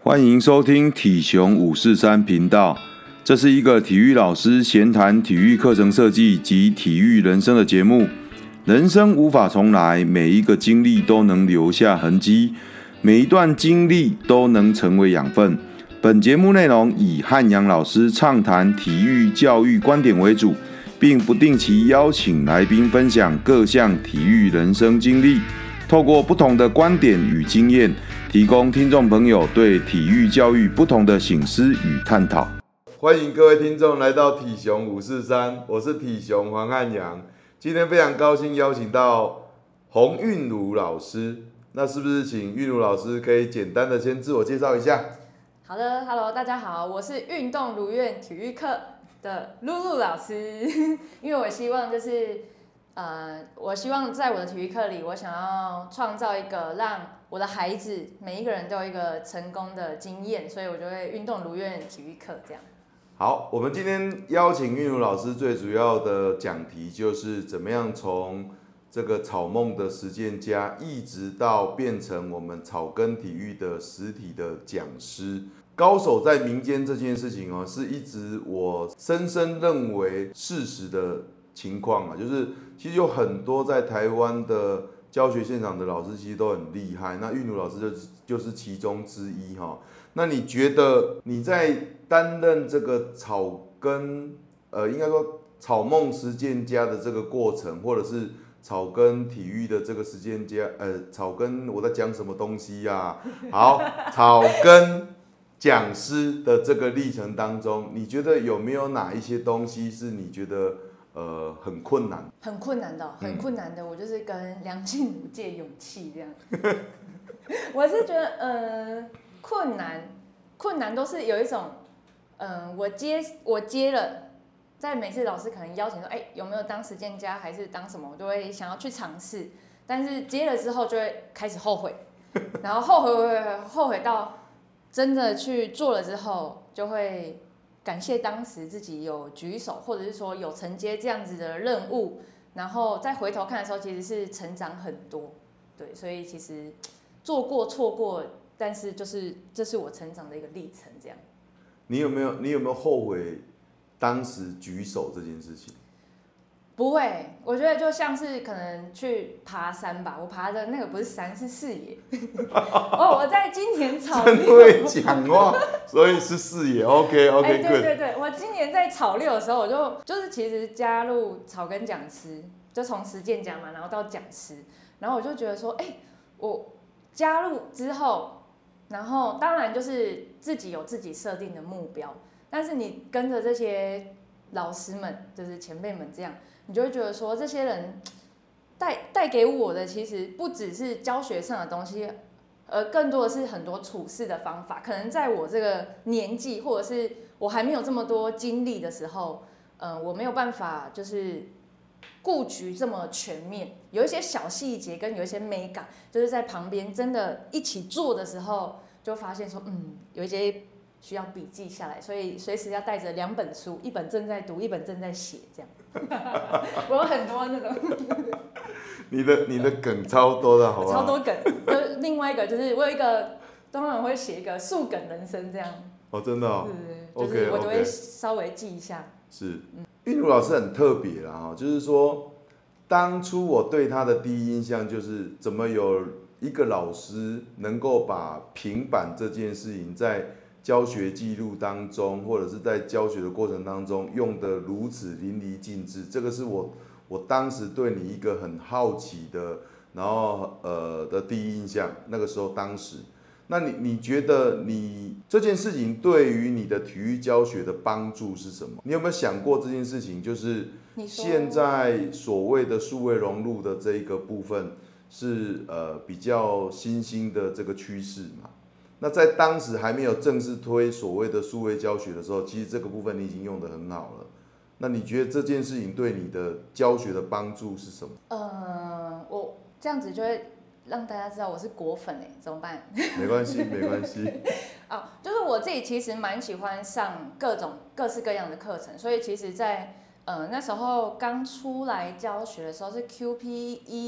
欢迎收听体雄543频道，这是一个体育老师闲谈体育课程设计及体育人生的节目。人生无法重来，每一个经历都能留下痕迹，每一段经历都能成为养分。本节目内容以汉阳老师畅谈体育教育观点为主，并不定期邀请来宾分享各项体育人生经历，透过不同的观点与经验，提供听众朋友对体育教育不同的省思与探讨。欢迎各位听众来到体雄543，我是体雄黄汉阳。今天非常高兴邀请到洪韵如老师，那是不是请韵如老师可以简单的先自我介绍一下？ 好的 ，Hello， 大家好，我是运动如愿体育课的露露老师。因为我希望我希望在我的体育课里，我想要创造一个让我的孩子每一个人都有一个成功的经验，所以我就会运动如愿体育课这样。 好，我们今天邀请韵如老师最主要的讲题就是怎么样从这个草梦的实践家，一直到变成我们草根体育的实体的讲师。高手在民间这件事情是一直我深深认为事实的情况啊，就是其实有很多在台湾的教学现场的老师其实都很厉害，那韵如老师就是其中之一哈。那你觉得你在担任这个草根应该说草梦实践家的这个过程，或者是草根体育的这个实践家，草根我在讲什么东西呀？好，草根讲师的这个历程当中，你觉得有没有哪一些东西是你觉得很困难？ 很困难的，很困难的，我就是跟梁静茹借勇气这样。我是觉得困难都是有一种我接了。在每次老师可能邀请说，有没有当实践家还是当什么，我就会想要去尝试，但是接了之后就会开始后悔，然后后悔到真的去做了之后，就会感谢当时自己有举手，或者是说有承接这样子的任务，然后再回头看的时候，其实是成长很多，对，所以其实做过错过，但是这是我成长的一个历程，这样。 你有没有后悔？当时举手这件事情， 不会，我觉得就像是可能去爬山吧，我爬的那个不是山，是视野。我在今年草六， 真会讲话，所以是视野。OK， 对，我今年在草六的时候，我就是其实加入草根讲师，就从实践家嘛，然后到讲师，然后我就觉得说，我加入之后，然后当然就是自己有自己设定的目标。但是你跟着这些老师们，就是前辈们这样，你就会觉得说，这些人带给我的其实不只是教学上的东西，而更多的是很多处事的方法。可能在我这个年纪，或者是我还没有这么多经历的时候，我没有办法就是顾局这么全面，有一些小细节跟有一些美感，就是在旁边真的一起做的时候，就发现说，有一些需要笔记下来，所以随时要带着2本书，一本正在读，一本正在写，这样。我有很多那种。 你的梗超多的，好不好？ 超多梗。就另外一个就是我有一个，通常会写一个数梗人生这样。 哦，真的哦。 对，就是我就会稍微记一下。 是，韵如老师很特别啦，就是说，当初我对他的第一印象就是怎么有一个老师能够把平板这件事情在教学记录当中，或者是在教学的过程当中用得如此淋漓尽致，这个是我当时对你一个很好奇的，然后的第一印象。那个时候当时，那你觉得你这件事情对于你的体育教学的帮助是什么？你有没有想过这件事情？就是现在所谓的数位融入的这一个部分是比较新兴的这个趋势嘛？那在当时还没有正式推所谓的数位教学的时候，其实这个部分你已经用得很好了。那你觉得这件事情对你的教学的帮助是什么？ 我这样子就会让大家知道我是果粉怎么办？ 没关系，没关系。 就是我自己其实蛮喜欢上各式各样的课程，所以其实在那时候刚出来教学的时候是 QP1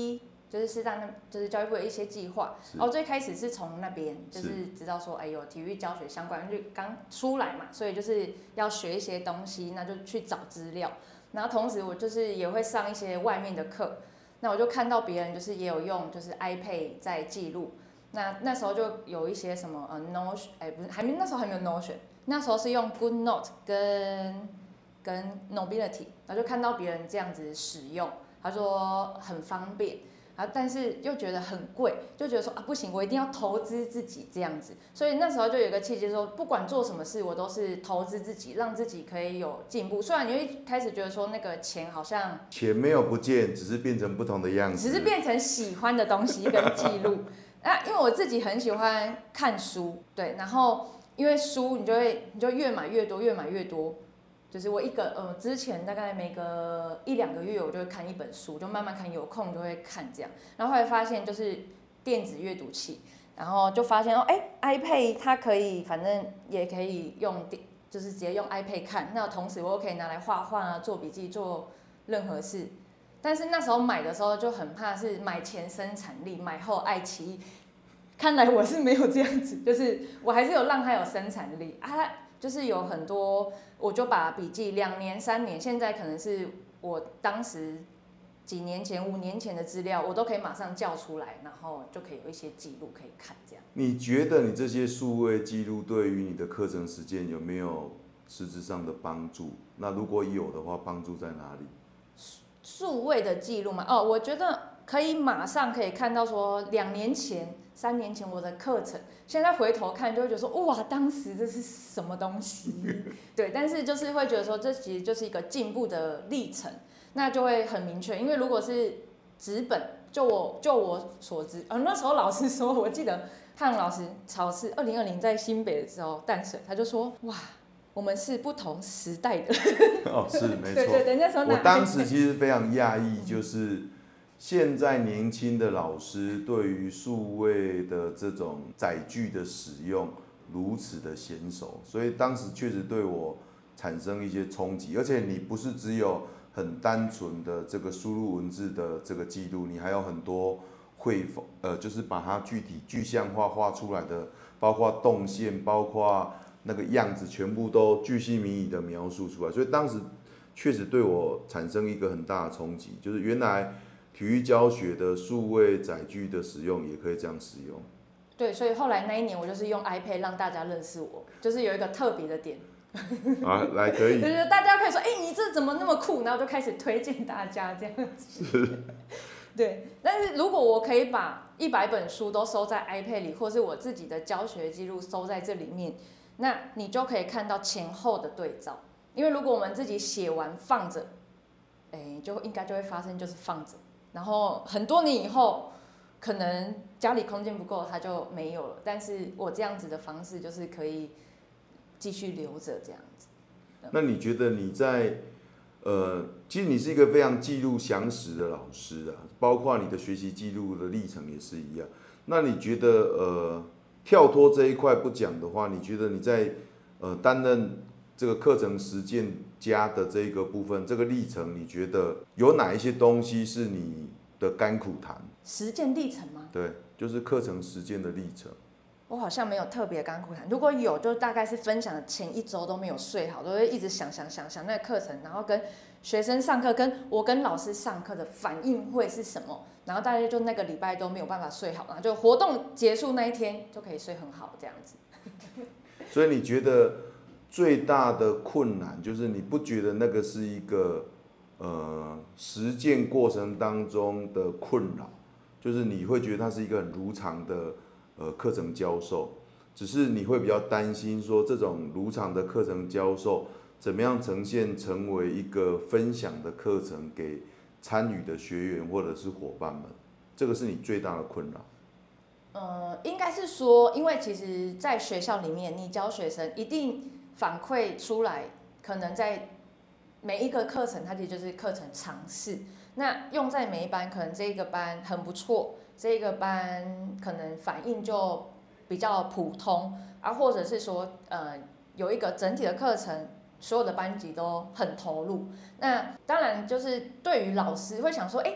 就是师大就是教育部的一些计划，然后最开始是从那边就是知道说，哎有体育教学相关，就刚出来嘛，所以就是要学一些东西，那就去找资料，然后同时我就是也会上一些外面的课，那我就看到别人就是也有用就是 iPad 在记录，那时候就有一些什么Notion，不是那时候还没有 Notion， 那时候是用 GoodNote 跟 Nobility， 然后就看到别人这样子使用，他说很方便。但是又觉得很贵，就觉得说不行，我一定要投资自己这样子。所以那时候就有一个契机说，不管做什么事，我都是投资自己，让自己可以有进步。虽然你会开始觉得说那个钱好像钱没有不见，只是变成不同的样子， 只是变成喜欢的东西跟记录。因为我自己很喜欢看书，对，然后因为书你就越买越多，越买越多。就是我之前大概每个1-2个月我就会看一本书，就慢慢看，有空就会看这样。然后后来发现就是电子阅读器，然后就发现iPad 它可以，反正也可以用就是直接用 iPad 看。那同时我又可以拿来画画啊，做笔记，做任何事。但是那时候买的时候就很怕是买前生产力，买后爱奇艺。看来我是没有这样子，就是我还是有让它有生产力啊。就是有很多，我就把笔记2年3年，现在可能是我当时几年前5年前的资料，我都可以马上叫出来，然后就可以有一些记录可以看这样。 你觉得你这些数位记录对于你的课程实践有没有实质上的帮助？那如果有的话，帮助在哪里？ 数位的记录嘛，我觉得可以马上可以看到说2年前、3年前我的课程，现在回头看就会觉得说哇，当时这是什么东西？对，但是就是会觉得说这其实就是一个进步的历程，那就会很明确。因为如果是纸本，就我所知，那时候老师说，我记得汉老师曹氏2020在新北的时候淡水，他就说哇。我们是不同时代的是没错。 对，那时候我当时其实非常讶异，就是现在年轻的老师对于数位的这种载具的使用如此的娴熟，所以当时确实对我产生一些冲击。而且你不是只有很单纯的这个输入文字的这个记录，你还有很多就是把它具体具象化画出来的，包括动线，包括那个样子全部都巨细靡遗的描述出来，所以当时确实对我产生一个很大的冲击，就是原来体育教学的数位载具的使用也可以这样使用。 对，所以后来那一年我就是用 iPad 让大家认识我，就是有一个特别的点。 来可以。 就是大家可以说，你这怎么那么酷？然后就开始推荐大家这样子。对，但是如果我可以把100本书都收在 iPad 里，或是我自己的教学记录收在这里面。那你就可以看到前后的对照，因为如果我们自己写完放着，就应该就会发生就是放着，然后很多年以后，可能家里空间不够，它就没有了。但是我这样子的方式就是可以继续留着这样子。 那你觉得你在其实你是一个非常记录详实的老师啊，包括你的学习记录的历程也是一样。那你觉得跳脱这一块不讲的话，你觉得你在担任这个课程实践家的这一个部分，这个历程，你觉得有哪一些东西是你的甘苦谈？ 实践历程吗？ 对，就是课程实践的历程。 我好像没有特别甘苦谈，如果有，就大概是分享的前1周都没有睡好，都会一直想那个课程，然后跟学生上课，跟我跟老师上课的反应会是什么，然后大家就那个礼拜都没有办法睡好，然后就活动结束那一天就可以睡很好这样子。 所以你觉得最大的困难就是你不觉得那个是一个实践过程当中的困扰，就是你会觉得它是一个很如常的课程教授，只是你会比较担心说这种如常的课程教授怎么样呈现成为一个分享的课程给参与的学员或者是伙伴们，这个是你最大的困扰。 应该是说，因为其实在学校里面，你教学生一定反馈出来，可能在每一个课程，它其实就是课程尝试。那用在每一班，可能这一个班很不错，这一个班可能反应就比较普通，或者是说，有一个整体的课程，所有的班级都很投入。那当然就是对于老师会想说，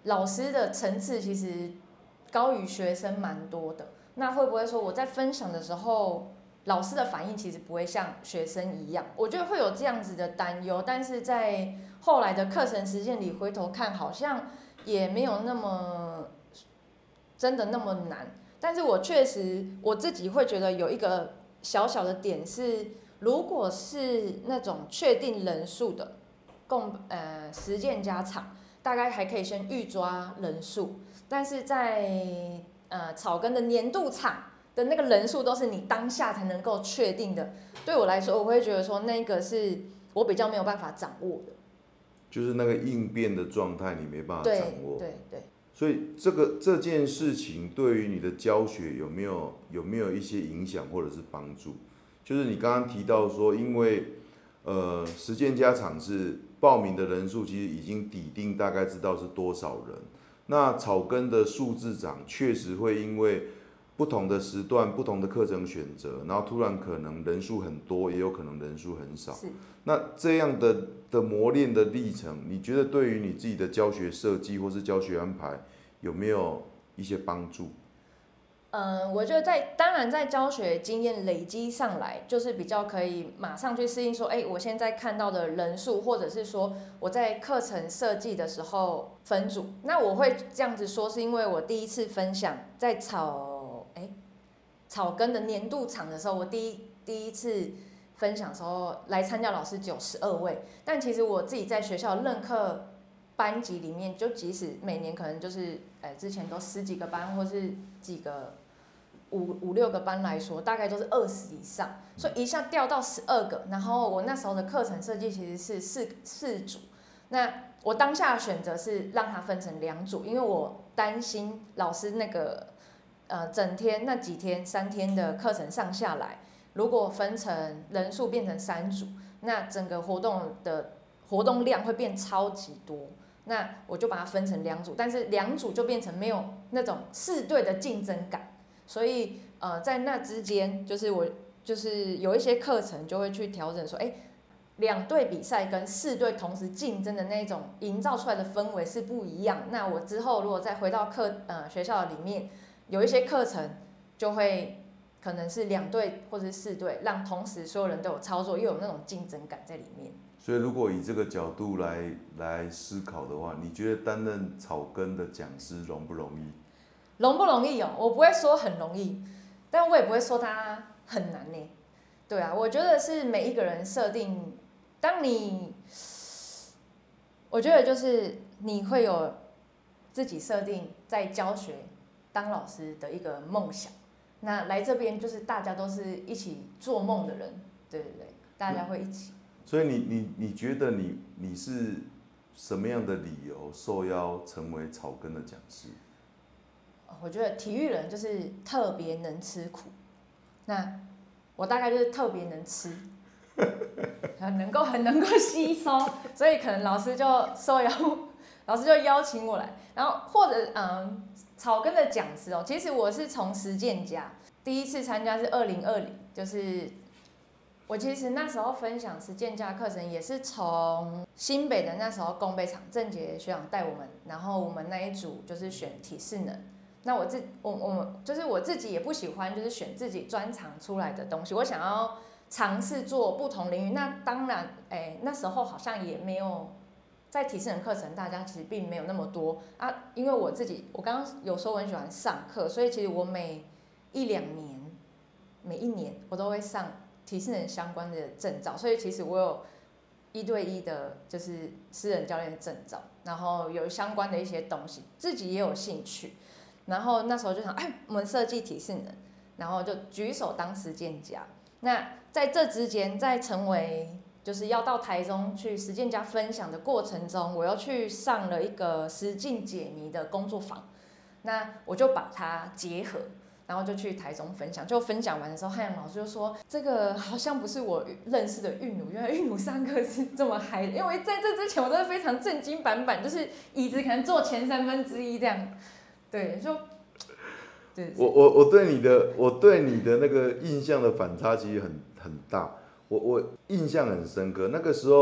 老师的层次其实高于学生蛮多的。那会不会说我在分享的时候，老师的反应其实不会像学生一样？我觉得会有这样子的担忧，但是在后来的课程实践里回头看，好像也没有那么真的那么难。但是我确实我自己会觉得有一个小小的点是，如果是那种确定人数的实践加场，大概还可以先预抓人数，但是在草根的年度场的那个人数都是你当下才能够确定的。对我来说，我会觉得说那个是我比较没有办法掌握的， 就是那个应变的状态你没办法掌握。 对。 所以这件事情对于你的教学有没有一些影响或者是帮助？就是你刚刚提到说，因为实践加场是报名的人数其实已经底定，大概知道是多少人。那草根的数字长确实会因为不同的时段、不同的课程选择，然后突然可能人数很多，也有可能人数很少。那这样的磨练的历程，你觉得对于你自己的教学设计或是教学安排有没有一些帮助？ 我觉得当然在教学经验累积上来，就是比较可以马上去适应说，我现在看到的人数，或者是说我在课程设计的时候分组。那我会这样子说，是因为我第一次分享在草根的年度场的时候，我第一次分享的时候来参加老师只有12位，但其实我自己在学校任课班级里面，就即使每年可能就是之前都10几个班，或是几个5、6个班来说，大概都是20以上，所以一下掉到12个。然后我那时候的课程设计其实是四组，那我当下的选择是让它分成2组，因为我担心老师那个整天那几天3天的课程上下来，如果分成人数变成3组，那整个活动量会变超级多。那我就把它分成2组，但是2组就变成没有那种4队的竞争感，所以在那之间，就是有一些课程就会去调整说，2队比赛跟4队同时竞争的那种营造出来的氛围是不一样。那我之后如果再回到学校里面，有一些课程就会可能是2队或者是4队，让同时所有人都有操作，又有那种竞争感在里面。 所以如果以这个角度来思考的话，你觉得担任草根的讲师容不容易？ 容不容易哦？我不会说很容易，但我也不会说它很难呢。对啊，我觉得是每一个人设定，我觉得就是你会有自己设定在教学当老师的一个梦想。那来这边就是大家都是一起做梦的人，对，大家会一起。 所以你觉得你是什么样的理由受邀成为草根的讲师？ 我觉得体育人就是特别能吃苦，那我大概就是特别能吃，很能够吸收，所以可能老师就邀请我来，然后或者草根的讲师哦，其实我是从实践家，第一次参加是2020，就是我其实那时候分享实践家课程也是从新北的那时候工北场郑杰学长带我们，然后我们那一组就是选体适能。那我自己也不喜欢就是选自己专长出来的东西，我想要尝试做不同领域。那当然，那时候好像也没有在体适能课程，大家其实并没有那么多啊。因为我刚刚有说我很喜欢上课，所以其实我每一年我都会上体适能相关的证照，所以其实我有1对1的，就是私人教练的证照，然后有相关的一些东西，自己也有兴趣。然后那时候就想，我们设计体适能，然后就举手当实践家。那在这之间，在成为就是要到台中去实践家分享的过程中，我又去上了一个实境解谜的工作坊，那我就把它结合。然后就去台中分享，就分享完的时候，汉阳老师就说：“这个好像不是我认识的韵如，原来韵如上课是这么嗨的。”因为在这之前，我都是非常正经板板，就是椅子可能坐前1/3这样。对，对。 我对你的那个印象的反差其实很大，我印象很深刻。那个时候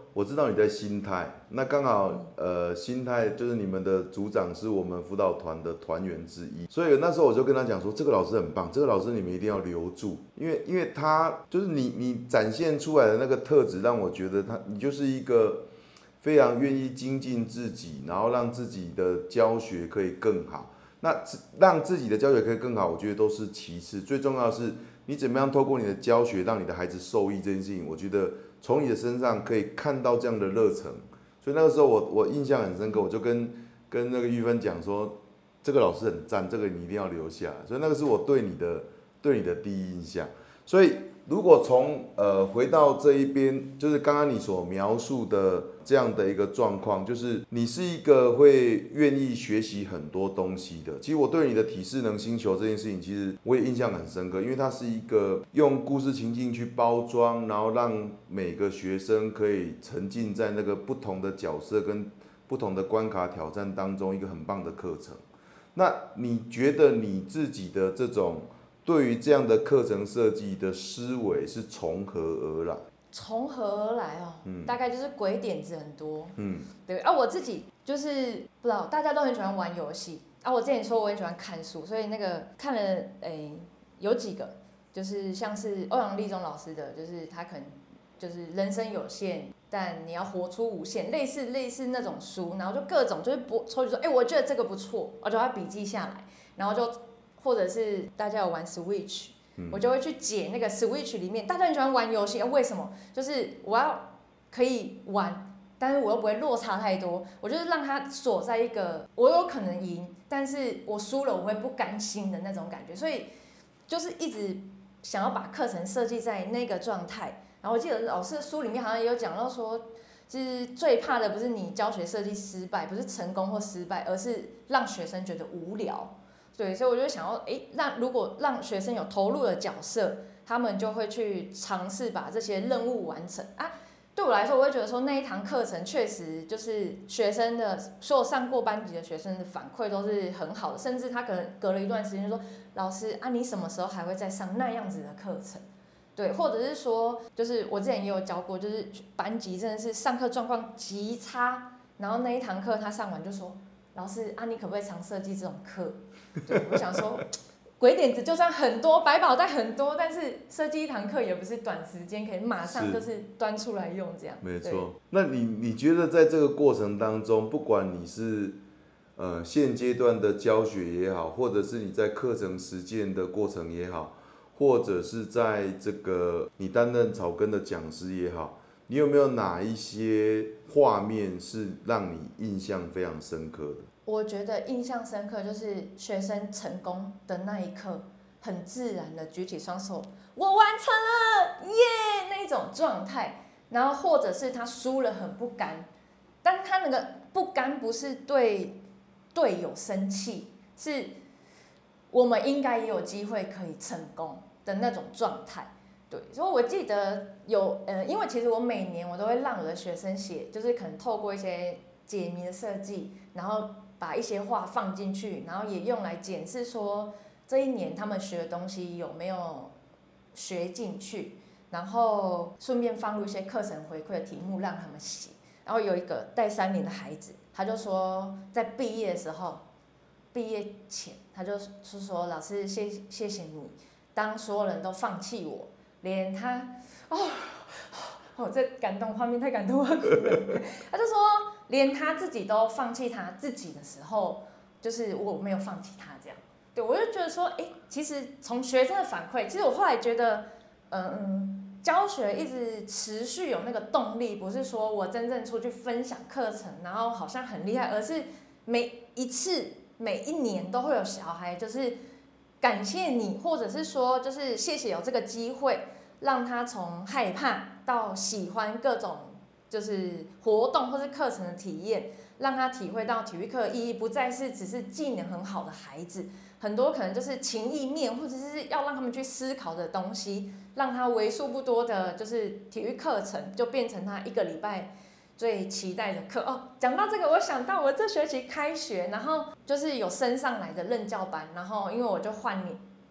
我知道你在心态，那刚好心态就是你们的组长是我们辅导团的团员之一，所以那时候我就跟他讲说，这个老师很棒，这个老师你们一定要留住，因为他就是你展现出来的那个特质，让我觉得你就是一个非常愿意精进自己，然后让自己的教学可以更好。那让自己的教学可以更好，我觉得都是其次，最重要的是你怎么样透过你的教学让你的孩子受益这件事情，我觉得从你的身上可以看到这样的热忱。所以那个时候我印象很深刻，我就跟那个玉芬讲说，这个老师很赞，这个你一定要留下来。所以那个是我对你的第一印象。所以如果从回到这一边，就是刚刚你所描述的这样的一个状况，就是你是一个会愿意学习很多东西的。其实我对你的体适能星球这件事情，其实我也印象很深刻，因为它是一个用故事情境去包装，然后让每个学生可以沉浸在那个不同的角色跟不同的关卡挑战当中，一个很棒的课程。那你觉得你自己的这种对于这样的课程设计的思维是从何而来？ 从何而来哦？大概就是鬼点子很多。对啊，我自己就是不知道，大家都很喜欢玩游戏啊。我之前说我很喜欢看书，所以那个看了有几个，就是像是欧阳立中老师的，就是他可能就是人生有限，但你要活出无限，类似那种书，然后就各种就是抽取说，我觉得这个不错，我就要笔记下来，然后就或者是大家有玩 Switch。我就会去解那个 Switch 里面，大家很喜欢玩游戏，为什么？就是我要可以玩，但是我又不会落差太多，我就是让它锁在一个我有可能赢，但是我输了我会不甘心的那种感觉，所以就是一直想要把课程设计在那个状态。然后我记得老师的书里面好像也有讲到说，就是最怕的不是你教学设计失败，不是成功或失败，而是让学生觉得无聊。对，所以我就想要，如果让学生有投入的角色，他们就会去尝试把这些任务完成啊。对我来说，我会觉得说那一堂课程确实就是学生的所有上过班级的学生的反馈都是很好的，甚至他可能隔了一段时间就说，老师啊，你什么时候还会再上那样子的课程？对，或者是说，就是我之前也有教过，就是班级真的是上课状况极差，然后那一堂课他上完就说，老师啊，你可不可以常设计这种课？对，我想说，鬼点子就算很多，百宝袋很多，但是设计一堂课也不是短时间可以马上就是端出来用这样。 没错。那你觉得在这个过程当中，不管你是现阶段的教学也好，或者是你在课程实践的过程也好，或者是在这个你担任草根的讲师也好，你有没有哪一些画面是让你印象非常深刻的？ 我觉得印象深刻就是学生成功的那一刻，很自然的举起双手，我完成了，耶，那一种状态。然后或者是他输了很不甘，但他那个不甘不是对队友生气，是我们应该也有机会可以成功的那种状态。对，所以我记得有因为其实我每年我都会让我的学生写，就是可能透过一些解谜的设计，然后把一些话放进去，然后也用来检视说这一年他们学的东西有没有学进去，然后顺便放入一些课程回馈的题目让他们写。然后有一个带3年的孩子，他就说在毕业的时候，毕业前他就是说老师谢谢你，当所有人都放弃我，连他这感动画面太感动了，他就说连他自己都放弃他自己的时候，就是我没有放弃他这样。对，我就觉得说，其实从学生的反馈，其实我后来觉得，教学一直持续有那个动力，不是说我真正出去分享课程，然后好像很厉害，而是每一年都会有小孩，就是感谢你，或者是说就是谢谢有这个机会，让他从害怕到喜欢各种就是活动或是课程的体验，让他体会到体育课的意义不再是只是技能很好的孩子，很多可能就是情意面，或者是要让他们去思考的东西，让他为数不多的就是体育课程就变成他一个礼拜最期待的课哦。讲到这个，我想到我这学期开学，然后就是有升上来的任教班，然后因为我就换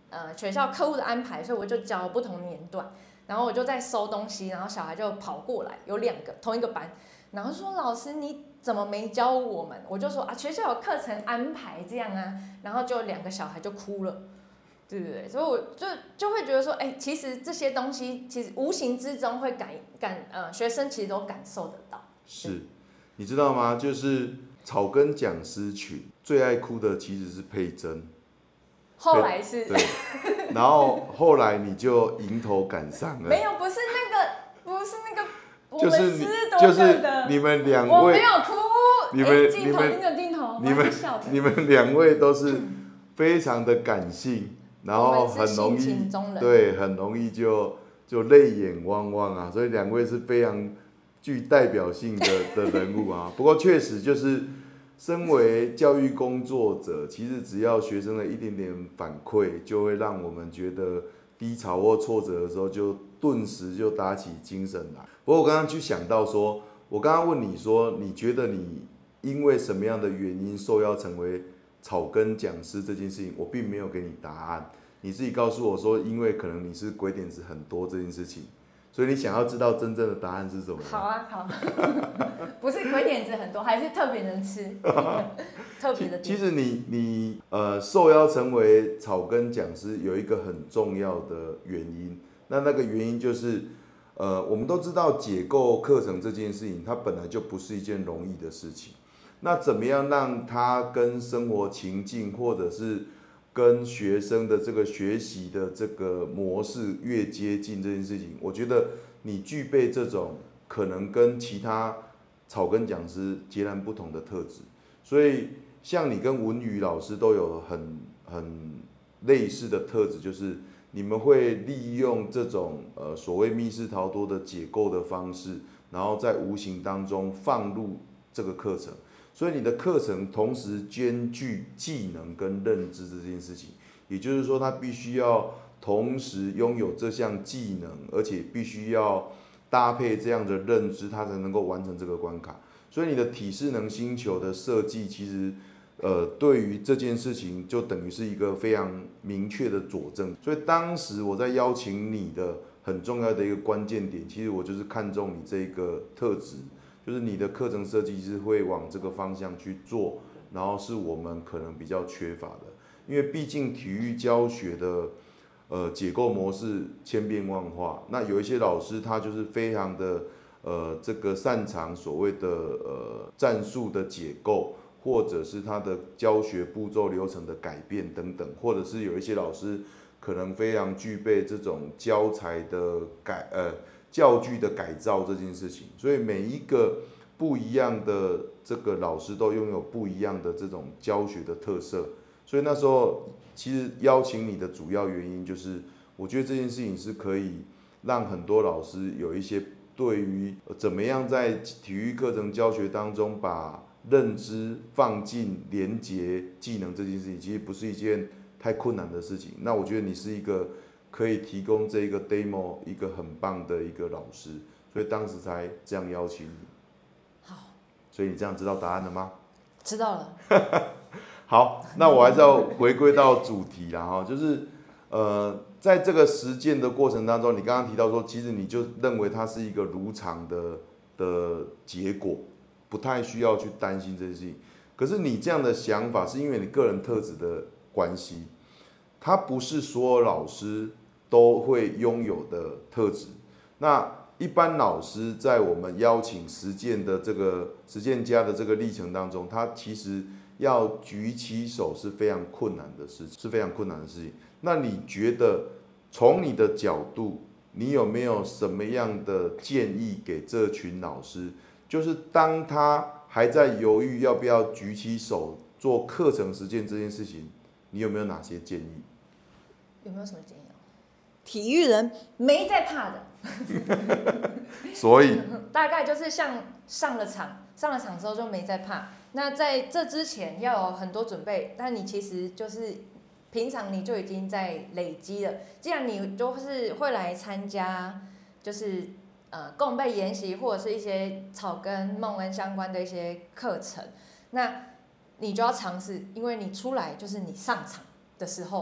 学校课务的安排，所以我就教不同年段，然后我就在收东西，然后小孩就跑过来，有2个同一个班，然后说老师你怎么没教我们？我就说啊学校有课程安排这样啊，然后就2个小孩就哭了。对对对，所以我就会觉得说，其实这些东西其实无形之中会学生其实都感受得到。 是，你知道吗？就是草根讲师群最爱哭的其实是佩珍， 后来是， 对，然后后来你就迎头赶上了， 没有，不是那个，我们就是就是你们2 我没位， 有哭， 你们镜头， 你们2位都是非常的感性，然后很容易，对，很容易就泪眼汪汪啊，所以2位是非常具代表性的人物啊。不过确实就是，身为教育工作者，其实只要学生的一点点反馈，就会让我们觉得低潮或挫折的时候，就顿时就打起精神来。不过我刚刚就想到说，我刚刚问你说，你觉得你因为什么样的原因受邀成为草根讲师这件事情，我并没有给你答案，你自己告诉我说，因为可能你是鬼点子很多这件事情，所以你想要知道真正的答案是什么？ 好啊，好，不是鬼点子很多，还是特别能吃，特别的。 其实你受邀成为草根讲师有一个很重要的原因，那个原因就是我们都知道解构课程这件事情，它本来就不是一件容易的事情。那怎么样让它跟生活情境，或者是跟学生的这个学习的这个模式越接近这件事情，我觉得你具备这种可能跟其他草根讲师截然不同的特质。所以像你跟文宇老师都有很类似的特质，就是你们会利用这种所谓密室逃脱的解构的方式，然后在无形当中放入这个课程。所以你的课程同时兼具技能跟认知这件事情，也就是说，它必须要同时拥有这项技能，而且必须要搭配这样的认知，它才能够完成这个关卡。所以你的体适能星球的设计，其实对于这件事情就等于是一个非常明确的佐证。所以当时我在邀请你的很重要的一个关键点，其实我就是看中你这个特质。就是你的课程设计是会往这个方向去做，然后是我们可能比较缺乏的，因为毕竟体育教学的解构模式千变万化，那有一些老师他就是非常的这个擅长所谓的战术的解构，或者是他的教学步骤流程的改变等等，或者是有一些老师可能非常具备这种教材的教具的改造这件事情，所以每一个不一样的这个老师都拥有不一样的这种教学的特色，所以那时候其实邀请你的主要原因就是，我觉得这件事情是可以让很多老师有一些对于怎么样在体育课程教学当中把认知放进连结技能这件事情，其实不是一件太困难的事情。那我觉得你是一个可以提供这个 demo 一个很棒的一个老师，所以当时才这样邀请你。 好， 所以你这样知道答案了吗？ 知道了。 好，那我还是要回归到主题啦哈，就是在这个实践的过程当中，你刚刚提到说，其实你就认为它是一个如常的结果，不太需要去担心这些事情。可是你这样的想法，是因为你个人特质的关系，它不是所有老师都会拥有的特质。那一般老师在我们邀请实践的这个实践家的这个历程当中，他其实要举起手是非常困难的事情，是非常困难的事情。那你觉得从你的角度，你有没有什么样的建议给这群老师？就是当他还在犹豫要不要举起手做课程实践这件事情，你有没有哪些建议？ 有没有什么建议？体育人没在怕的。 所以大概就是像上了场之后就没在怕。那在这之前要有很多准备，但你其实就是平常你就已经在累积了。既然你就是会来参加，就是共备研习或者是一些草根、梦恩相关的一些课程，那你就要尝试，因为你出来就是你上场的时候，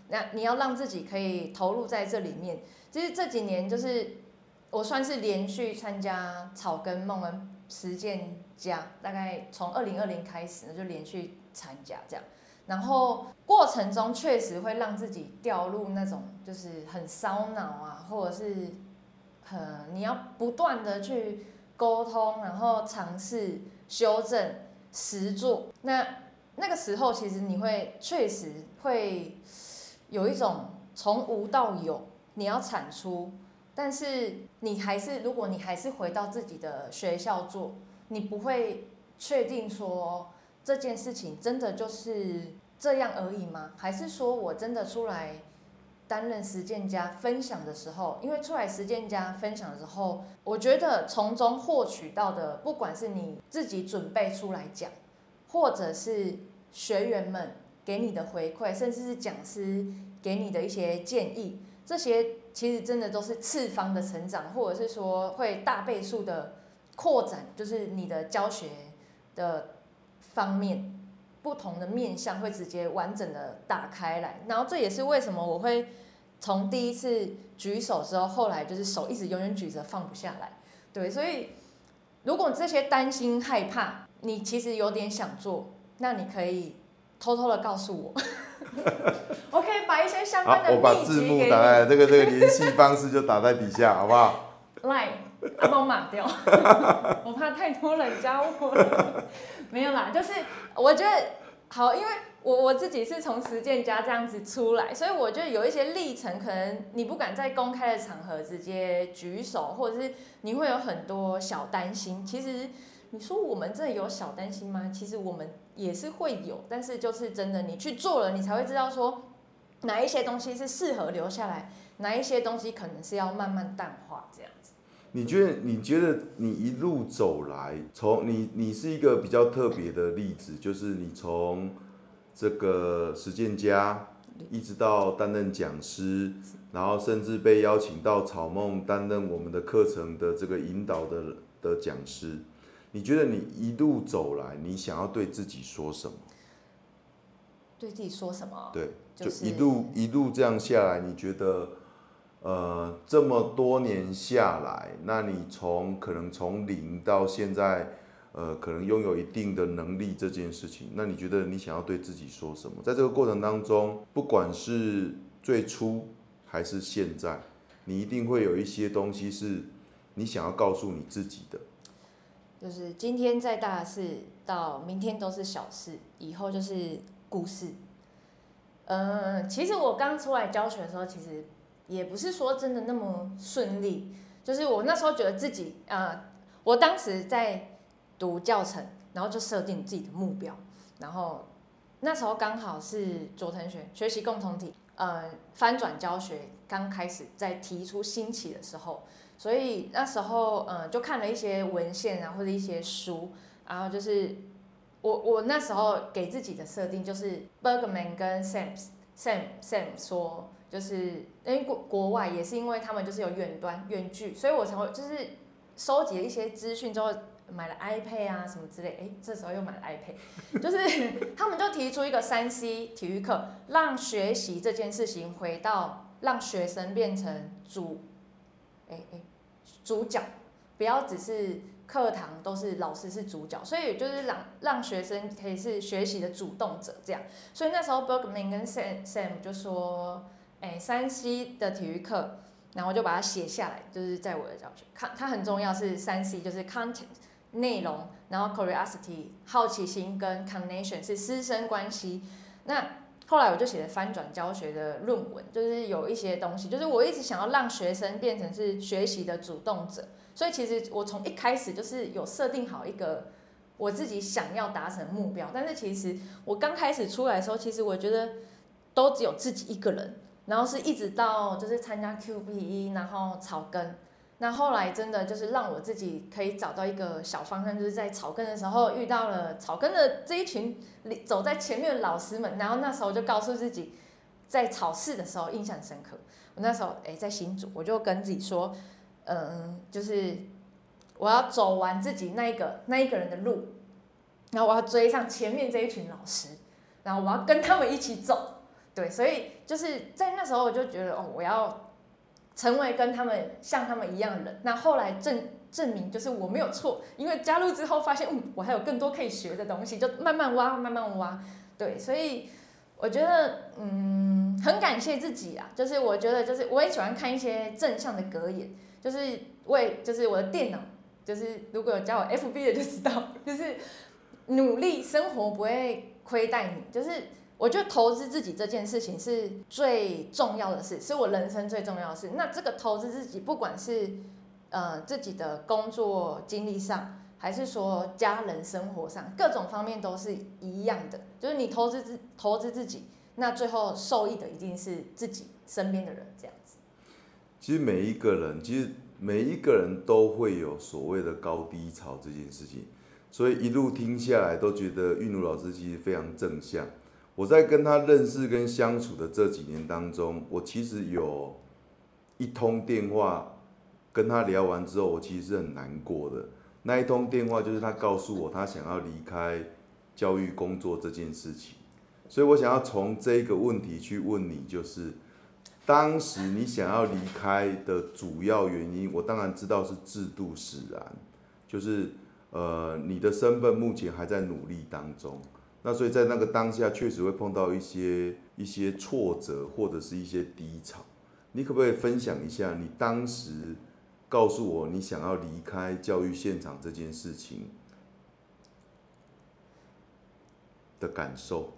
那你要让自己可以投入在这里面。其实这几年就是我算是连续参加草根梦恩实践家，大概从2020开始就连续参加这样。然后过程中确实会让自己掉入那种就是很烧脑啊，或者是你要不断的去沟通，然后尝试修正实做。那个时候其实你会确实会有一种从无到有，你要产出，但是如果你还是回到自己的学校做，你不会确定说这件事情真的就是这样而已吗？还是说我真的出来担任实践家分享的时候，因为出来实践家分享的时候，我觉得从中获取到的，不管是你自己准备出来讲，或者是学员们给你的回馈，甚至是讲师给你的一些建议，这些其实真的都是次方的成长，或者是说会大倍数的扩展，就是你的教学的方面。不同的面向会直接完整的打开来，然后这也是为什么我会从第一次举手之后，后来就是手一直永远举着放不下来。对，所以如果这些担心害怕，你其实有点想做，那你可以偷偷的告诉我，我可以把一些相关的秘籍给你。 我把字幕打在这个联系方式就打在底下，好不好 ？Line， 帮我码掉，我怕太多人加我了。没有啦，就是我觉得好，因为我自己是从实践家这样子出来，所以我觉得有一些历程，可能你不敢在公开的场合直接举手，或者是你会有很多小担心。其实你说我们真的有小担心吗？其实我们也是会有，但是就是真的你去做了，你才会知道说哪一些东西是适合留下来，哪一些东西可能是要慢慢淡化这样子。 你觉得你一路走来，你是一个比较特别的例子，就是你从这个实践家一直到担任讲师，然后甚至被邀请到草梦担任我们的课程的这个引导的讲师。你觉得你一路走来，你想要对自己说什么？ 对自己说什么？ 对，就一路这样下来，你觉得？这么多年下来，那你可能从零到现在，可能拥有一定的能力这件事情，那你觉得你想要对自己说什么？在这个过程当中，不管是最初还是现在，你一定会有一些东西是你想要告诉你自己的。 就是今天再大的事，到明天都是小事，以后就是故事。其实我刚出来教学的时候，其实也不是说真的那么顺利，就是我那时候觉得自己，我当时在读教程，然后就设定自己的目标，然后那时候刚好是佐藤学习共同体，翻转教学刚开始在提出兴起的时候，所以那时候就看了一些文献啊或者一些书，然后就是我那时候给自己的设定就是 Bergman 跟 Sam 说。就是因为国外也是因为他们就是有远距，所以我才会就是收集了一些资讯之后买了 iPad 啊什么之类，这时候又买了 iPad， 就是他们就提出一个3C 体育课，让学习这件事情回到让学生变成主角，不要只是课堂都是老师是主角，所以就是让学生可以是学习的主动者这样，所以那时候 Bergman 跟 Sam 就说。3C 的体育课，然后就把它写下来，就是在我的教学。它很重要，是3C，就是 content 内容，然后 curiosity 好奇心跟 connection 是师生关系。那后来我就写了翻转教学的论文，就是有一些东西，就是我一直想要让学生变成是学习的主动者，所以其实我从一开始就是有设定好一个我自己想要达成的目标，但是其实我刚开始出来的时候，其实我觉得都只有自己一个人。然后是一直到就是参加 QPE， 然后草根，那后来真的就是让我自己可以找到一个小方向，就是在草根的时候遇到了草根的这一群走在前面的老师们，然后那时候就告诉自己，在草试的时候印象深刻。我那时候在新竹，我就跟自己说，就是我要走完自己那一个人的路，然后我要追上前面这一群老师，然后我要跟他们一起走。 对，所以就是在那时候我就觉得我要成为跟他们像他们一样的人。那后来证明就是我没有错，因为加入之后发现我还有更多可以学的东西，就慢慢挖慢慢挖。对，所以我觉得很感谢自己啊，就是我觉得就是我也喜欢看一些正向的格言，就是就是我的电脑，就是如果有加我 FB 的就知道，就是努力生活不会亏待你，就是我觉得投资自己这件事情是最重要的事，是我人生最重要的事。那这个投资自己，不管是自己的工作经历上，还是说家人生活上，各种方面都是一样的。就是你投资自己，那最后受益的一定是自己身边的人，这样子。 其实每一个人都会有所谓的高低潮这件事情，所以一路听下来都觉得韵如老师其实非常正向。我在跟他认识跟相处的这几年当中，我其实有一通电话跟他聊完之后，我其实是很难过的。那一通电话就是他告诉我他想要离开教育工作这件事情，所以我想要从这个问题去问你，就是当时你想要离开的主要原因，我当然知道是制度使然，就是你的身份目前还在努力当中。那所以在那个当下，确实会碰到一些挫折，或者是一些低潮。你可不可以分享一下你当时告诉我你想要离开教育现场这件事情的感受？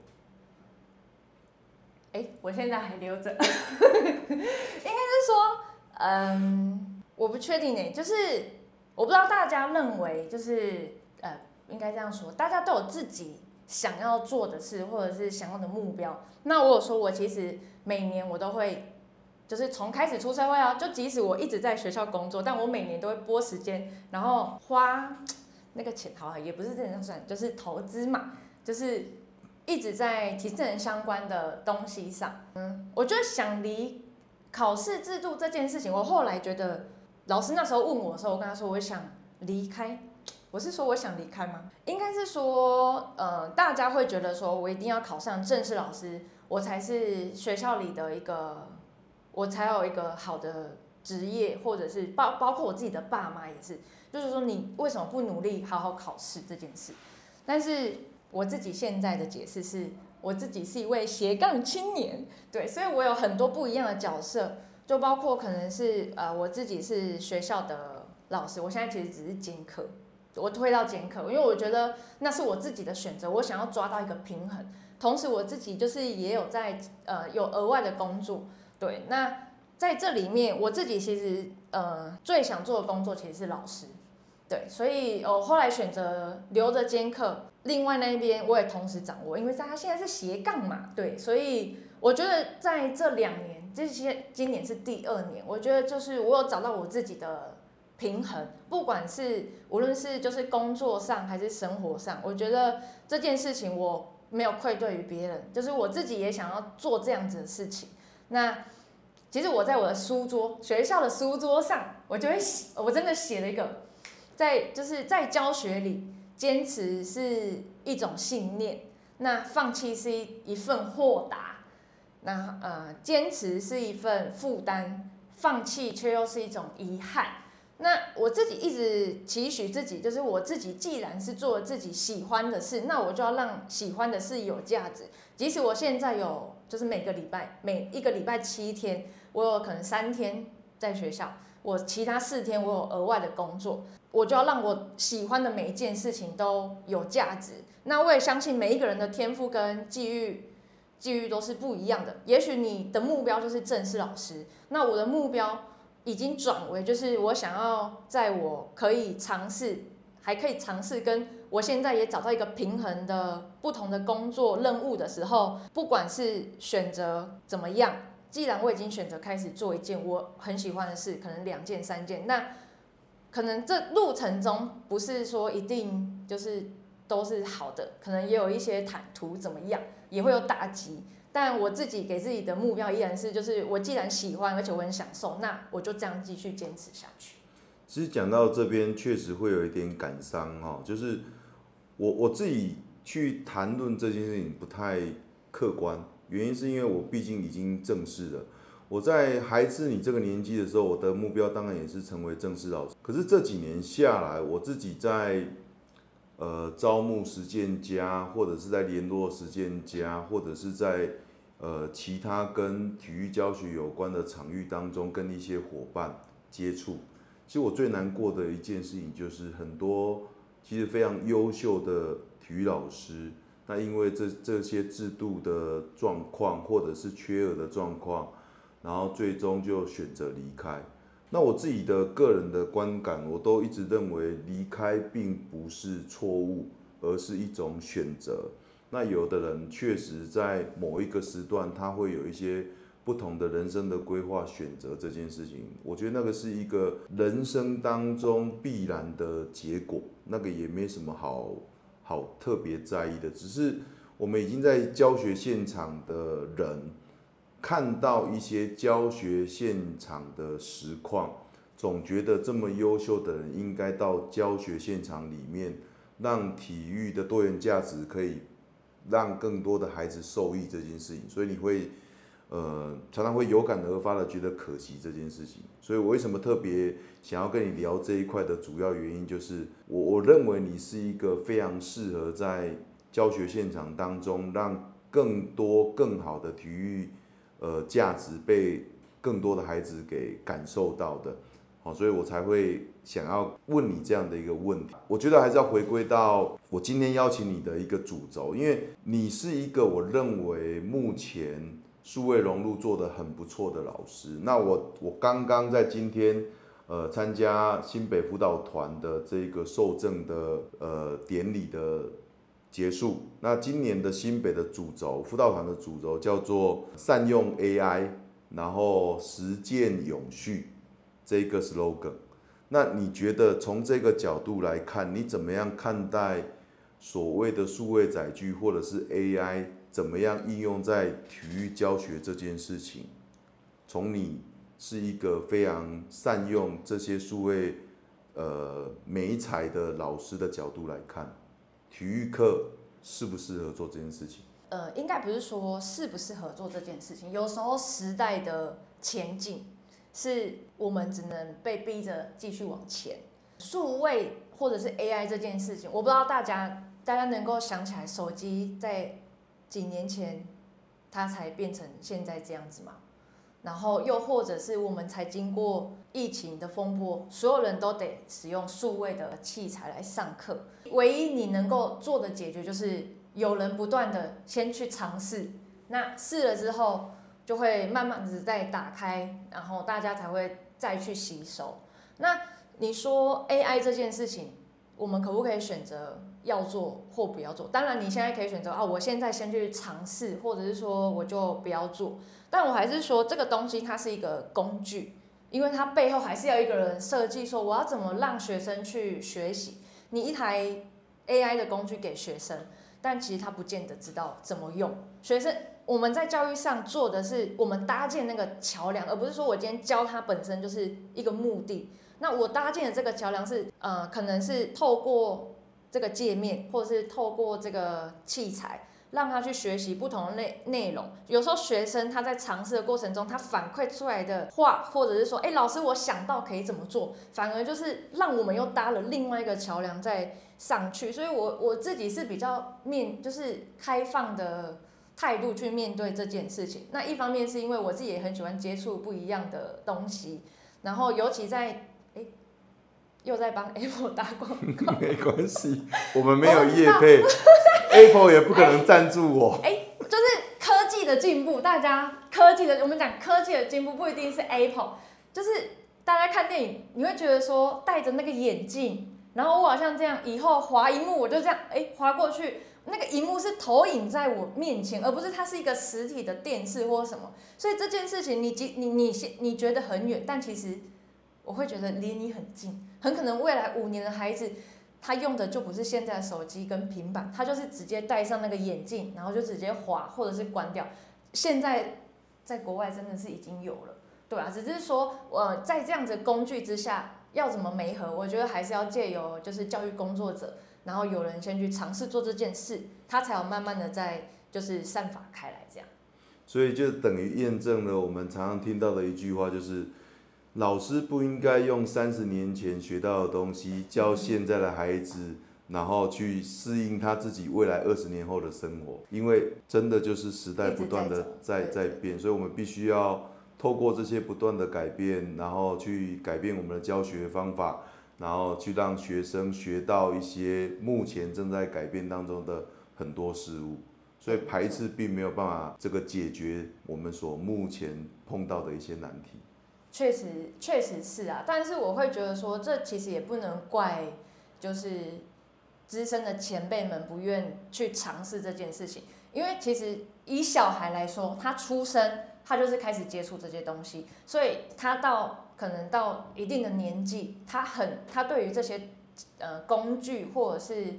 我现在还留着，应该是说，我不确定呢，就是我不知道大家认为就是应该这样说，大家都有自己想要做的事，或者是想要的目标。那我有说，我其实每年我都会，就是从开始出社会啊，就即使我一直在学校工作，但我每年都会拨时间，然后花那个钱，好也不是这样算，就是投资嘛，就是一直在提升相关的东西上。我觉得想离考试制度这件事情，我后来觉得，老师那时候问我的时候，我跟他说我想离开。我是说我想离开吗？应该是说，大家会觉得说我一定要考上正式老师，我才是学校里的一个，我才有一个好的职业，或者是包括我自己的爸妈也是，就是说你为什么不努力好好考试这件事？但是我自己现在的解释是，我自己是一位斜杠青年，对，所以我有很多不一样的角色，就包括可能是我自己是学校的老师，我现在其实只是兼课。我推到兼课，因为我觉得那是我自己的选择，我想要抓到一个平衡。同时我自己就是也有在有额外的工作，对。那在这里面，我自己其实最想做的工作其实是老师，对。所以我后来选择留着兼课，另外那一边我也同时掌握，因为他现在是斜杠嘛，对。所以我觉得在这2年，今年是第2年，我觉得就是我有找到我自己的平衡，不管是无论是就是工作上还是生活上，我觉得这件事情我没有愧对于别人，就是我自己也想要做这样子的事情。那其实我在我的学校的书桌上，我真的写了一个，就是在教学里，坚持是一种信念，那放弃是一份豁达，那坚持是一份负担，放弃却又是一种遗憾。那我自己一直期许自己，就是我自己既然是做自己喜欢的事，那我就要让喜欢的事有价值。即使我现在就是每一个礼拜7天，我有可能3天在学校，我其他4天我有额外的工作，我就要让我喜欢的每一件事情都有价值。那我也相信每一个人的天赋跟际遇都是不一样的。也许你的目标就是正式老师，那我的目标已经转为就是我想要在我可以尝试，还可以尝试跟我现在也找到一个平衡的不同的工作任务的时候，不管是选择怎么样，既然我已经选择开始做一件我很喜欢的事，可能2件3件，那可能这路程中不是说一定就是都是好的，可能也有一些坦途怎么样，也会有打击。但我自己给自己的目标依然是，就是我既然喜欢，而且我很享受，那我就这样继续坚持下去。 其实讲到这边，确实会有一点感伤哈，就是我自己去谈论这件事情不太客观， 原因是因为我毕竟已经正式了。我在还是你这个年纪的时候，我的目标当然也是成为正式老师。可是这几年下来，我自己在招募实践家，或者是在联络实践家，或者是在其他跟体育教学有关的场域当中，跟一些伙伴接触。其实我最难过的一件事情就是很多其实非常优秀的体育老师，那因为这些制度的状况，或者是缺额的状况，然后最终就选择离开。那我自己的个人的观感，我都一直认为离开并不是错误，而是一种选择。那有的人确实在某一个时段，他会有一些不同的人生的规划选择这件事情，我觉得那个是一个人生当中必然的结果，那个也没什么好特别在意的，只是我们已经在教学现场的人。看到一些教学现场的实况，总觉得这么优秀的人应该到教学现场里面，让体育的多元价值可以让更多的孩子受益这件事情，所以你会常常会有感而发的觉得可惜这件事情。所以我为什么特别想要跟你聊这一块的主要原因，就是我认为你是一个非常适合在教学现场当中，让更多更好的体育价值被更多的孩子给感受到的，好，所以我才会想要问你这样的一个问题。我觉得还是要回归到我今天邀请你的一个主轴，因为你是一个我认为目前数位融入做得很不错的老师。那我刚刚在今天参加新北辅导团的这个受证的典礼的结束。那今年的新北的主轴，辅导团的主轴叫做善用 AI， 然后实践永续这个 slogan。那你觉得从这个角度来看，你怎么样看待所谓的数位载具或者是 AI 怎么样应用在体育教学这件事情？从你是一个非常善用这些数位媒材的老师的角度来看。体育课适不适合做这件事情？ 应该不是说适不适合做这件事情，有时候时代的前进是我们只能被逼着继续往前。数位或者是 AI 这件事情，我不知道大家能够想起来，手机在几年前它才变成现在这样子嘛？然后又或者是我们才经过疫情的风波，所有人都得使用数位的器材来上课。唯一你能够做的解决就是有人不断的先去尝试，那试了之后就会慢慢的再打开，然后大家才会再去吸收。那你说 AI 这件事情，我们可不可以选择要做或不要做？当然你现在可以选择我现在先去尝试，或者是说我就不要做。但我还是说这个东西它是一个工具，因为它背后还是要一个人设计说我要怎么让学生去学习。你一台 AI 的工具给学生，但其实他不见得知道怎么用。学生我们在教育上做的是我们搭建那个桥梁，而不是说我今天教他本身就是一个目的。那我搭建的这个桥梁是可能是透过这个界面，或者是透过这个器材，让他去学习不同的内容。有时候学生他在尝试的过程中，他反馈出来的话，或者是说，老师我想到可以怎么做，反而就是让我们又搭了另外一个桥梁再上去。所以我自己是比较就是开放的态度去面对这件事情。那一方面是因为我自己也很喜欢接触不一样的东西，然后尤其在又在帮 Apple 打广告， 没关系，我们没有业配，Apple 也不可能赞助我。 就是科技的进步，我们讲科技的进步不一定是 Apple， 就是大家看电影，你会觉得说戴着那个眼镜，然后我好像这样，以后滑萤幕我就这样，滑过去，那个萤幕是投影在我面前，而不是它是一个实体的电视或什么。所以这件事情你觉得很远，但其实我会觉得离你很近。很可能未来5年的孩子，他用的就不是现在的手机跟平板，他就是直接戴上那个眼镜，然后就直接滑或者是关掉。现在在国外真的是已经有了，对啊，只是说在这样子的工具之下要怎么媒合，我觉得还是要借由就是教育工作者，然后有人先去尝试做这件事，他才有慢慢的在就是散发开来这样。 所以就等于验证了我们常常听到的一句话，就是老师不应该用30年前学到的东西教现在的孩子，然后去适应他自己未来20年后的生活，因为真的就是时代不断的在变，所以我们必须要透过这些不断的改变，然后去改变我们的教学方法，然后去让学生学到一些目前正在改变当中的很多事物。所以排斥并没有办法这个解决我们所目前碰到的一些难题。 确实是啊，但是我会觉得说，这其实也不能怪就是资深的前辈们不愿去尝试这件事情，因为其实以小孩来说，他出生他就是开始接触这些东西，所以他可能到一定的年纪，他对于这些工具或者是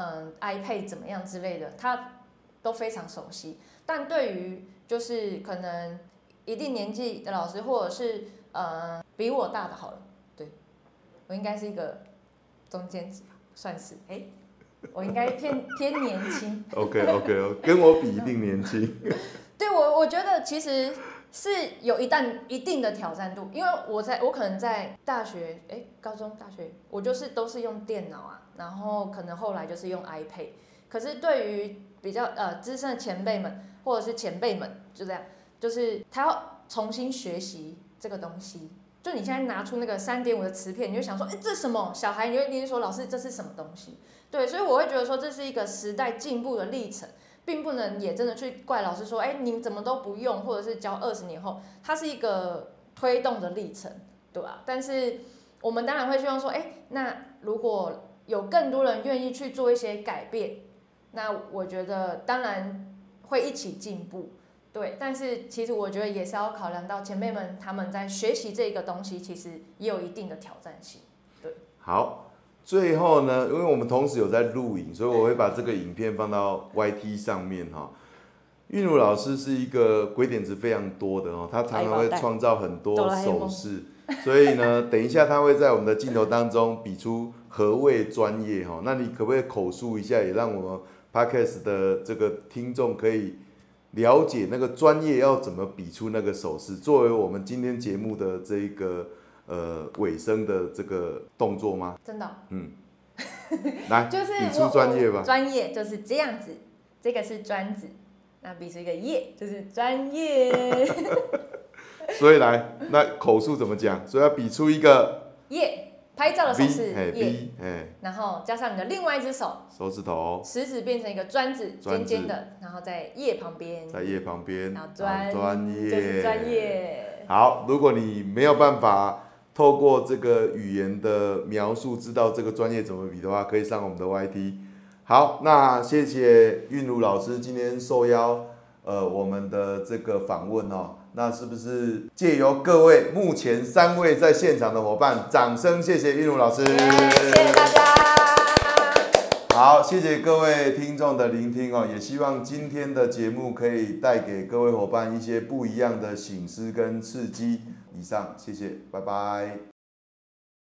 iPad 怎么样之类的，他都非常熟悉。但对于就是可能一定年纪的老师，或者是比我大的好了，对，我应该是一个中间值，算是我应该偏年轻。 OK， 跟我比一定年轻。 对，我觉得其实是有一定的挑战度，因为我可能在大学，高中、大学，我就是都是用电脑啊，然后可能后来就是用 iPad。可是对于比较资深的前辈们或者是前辈们，就这样，就是他要重新学习这个东西。就你现在拿出那个3.5的磁片，你就想说，这是什么？小孩你就一定说老师这是什么东西？对，所以我会觉得说这是一个时代进步的历程，并不能也真的去怪老师说，你怎么都不用，或者是教20年后，它是一个推动的历程，对吧？但是我们当然会希望说，那如果有更多人愿意去做一些改变，那我觉得当然会一起进步，对。但是其实我觉得也是要考量到前辈们他们在学习这个东西，其实也有一定的挑战性，对。 好，最后呢，因为我们同时有在录影，所以我会把这个影片放到 YT 上面哈。韵如老师是一个鬼点子非常多的哦，他常常会创造很多手势，所以呢，等一下他会在我们的镜头当中比出何谓专业哈。那你可不可以口述一下，也让我们 Podcast 的这个听众可以了解那个专业要怎么比出那个手势，作为我们今天节目的这一个尾声的这个动作吗？ 真的哦。 来， 就是比出专业吧。 专业就是这样子，这个是专子，那比出一个业就是专业。 所以来，那口述怎么讲？所以要比出一个业。拍照的手势 ，V， 然后加上你的另外一只手指头， 食指变成一个专字，尖尖的，然后在叶旁边，然后专业就是专业。 好，如果你没有办法透过这个语言的描述知道这个专业怎么比的话，可以上我们的 YT。好，那谢谢韵如老师今天受邀我们的这个访问哦。那是不是借由各位目前3位在现场的伙伴，掌声谢谢韵如老师，谢谢大家。 好，谢谢各位听众的聆听哦，也希望今天的节目可以带给各位伙伴一些不一样的省思跟刺激。以上，谢谢，拜拜。